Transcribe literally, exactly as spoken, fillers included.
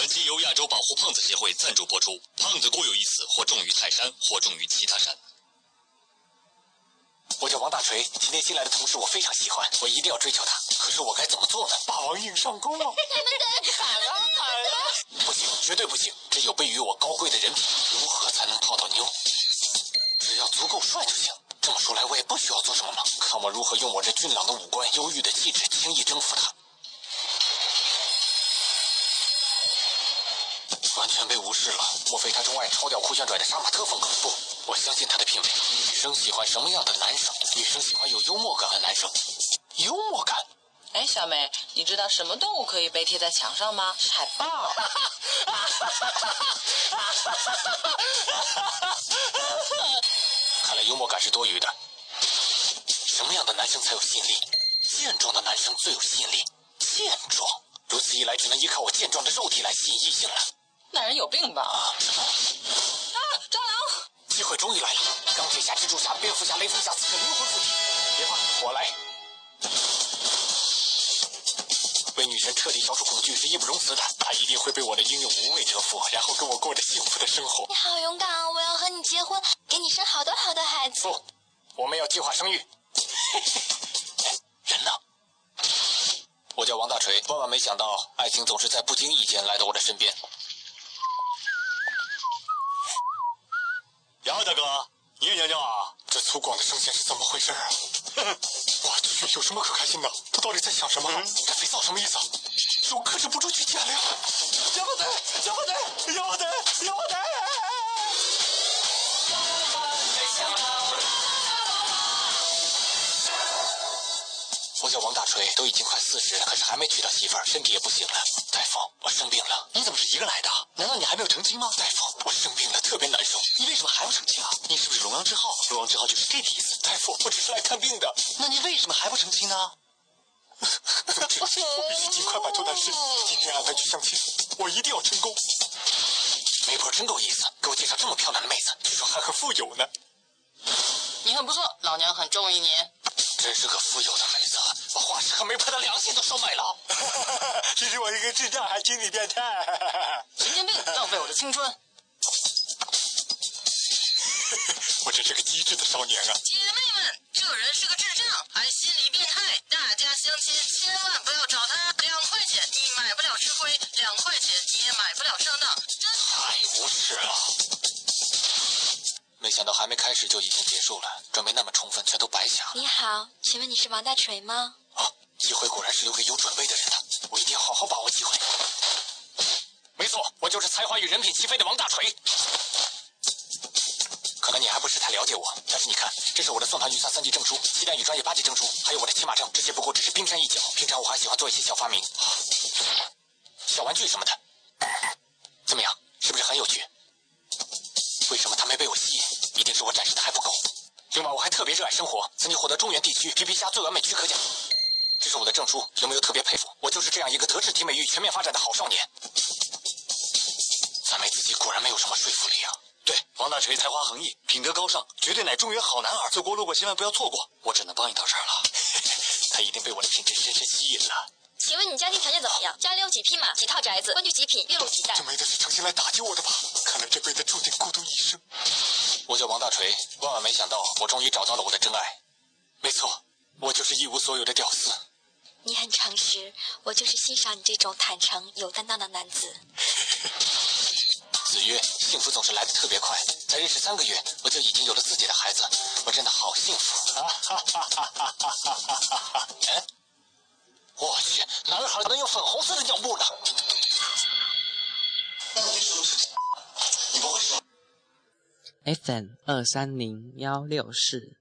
本期由亚洲保护胖子协会赞助播出。胖子固有一死，或重于泰山，或重于其他山。 我叫王大锤，今天新来的同事我非常喜欢，我一定要追求他。可是我该怎么做呢？霸王硬上弓啊！ 咱们的喊啊喊啊！不行，绝对不行！这有悖于我高贵的人品。如何才能泡到妞？只要足够帅就行。这么说来，我也不需要做什么嘛。看我如何用我这俊朗的五官、忧郁的气质，轻易征服他。完全被无视了。莫非他钟爱超屌酷炫拽的杀马特风格？不，我相信他的品味。女生喜欢什么样的男生？女生喜欢有幽默感的男生。幽默感？ 哎，小美，你知道什么动物可以被贴在墙上吗？海豹。 看来幽默感是多余的。什么样的男生才有吸引力？健壮的男生最有吸引力。健壮，如此一来，只能依靠我健壮的肉体来吸引异性了。 那人有病吧？啊！蟑螂！ 机会终于来了！钢铁侠、蜘蛛侠、蝙蝠侠、雷锋侠四个灵魂附体。别怕，我来。为女神彻底消除恐惧是义不容辞的，她一定会被我的英勇无畏折服，然后跟我过着幸福的生活。 你好勇敢啊！我要和你结婚，给你生好多好多孩子。 不，我们要计划生育。人呢？我叫王大锤，万万没想到，爱情总是在不经意间来到我的身边。 杨大哥，你也尿尿啊？ 这粗犷的声线是怎么回事啊？我去，有什么可开心的？他到底在想什么？嗯、这肥皂什么意思？手克制不住去捡了。要不得，要不得，要不得，要不得！我叫王大锤，都已经快四十，可是还没娶到媳妇儿，身体也不行了。大夫，我生病了。 你怎么是一个来的？难道你还没有成亲吗？ 大夫，我生病了，特别难受。 你为什么还不成亲啊？你是不是龙阳之好？龙阳之好就是 gay 的意思。 大夫，我只是来看病的。 那你为什么还不成亲呢？ 我必须尽快摆脱难事。今天安排去相亲，我一定要成功。媒婆真够意思，给我介绍这么漂亮的妹子，据说还很富有呢。 你很不错，老娘很中意你。 真是个富有的妹子，把画室和媒婆的良心都收买了。 只是我一个智障，还心理变态。 神经病，浪费我的青春。 我真是个机智的少年啊！ 姐妹们，这人是个智障，还心理变态。大家相亲千万不要找他，两块钱你买不了吃亏，两块钱你也买不了上当，真太无耻了。没想到还没开始就已经结束了，准备那么充分，全都白瞎了。 你好，请问你是王大锤吗？ 啊，机会果然是留给有准备的人的，我一定要好好把握机会。没错，我就是才华与人品齐飞的王大锤。可能你还不是太了解我，但是你看，这是我的算盘预算三级证书，鸡蛋与专业八级证书，还有我的骑马证，这些不过只是冰山一角。平常我还喜欢做一些小发明，小玩具什么的。怎么样，是不是很有趣？为什么他没被我吸引？一定是我展示的还不够。另外，我还特别热爱生活，曾经获得中原地区皮皮虾最完美躯壳奖。这是我的证书，有没有特别佩服？我就是这样一个德智体美育全面发展的好少年。赞美自己果然没有什么说服力啊。 对，王大锤才华横溢，品德高尚，绝对乃中原好男儿。走过路过千万不要错过，我只能帮你到这儿了。 他一定被我的品质深深吸引了。 请问你家庭条件怎么样？家里有几匹马、几套宅子、官居极品、月入几代？ 这妹子是诚心来打击我的吧？看来这辈子注定孤独一生。我叫王大锤，万万没想到，我终于找到了我的真爱。没错，我就是一无所有的屌丝。 你很诚实，我就是欣赏你这种坦诚、有担当的男子。 子曰，幸福总是来得特别快，才认识三个月，我就已经有了自己的孩子，我真的好幸福。哎，我去，男孩能有粉红色的尿布呢？ F M 二三零幺六四。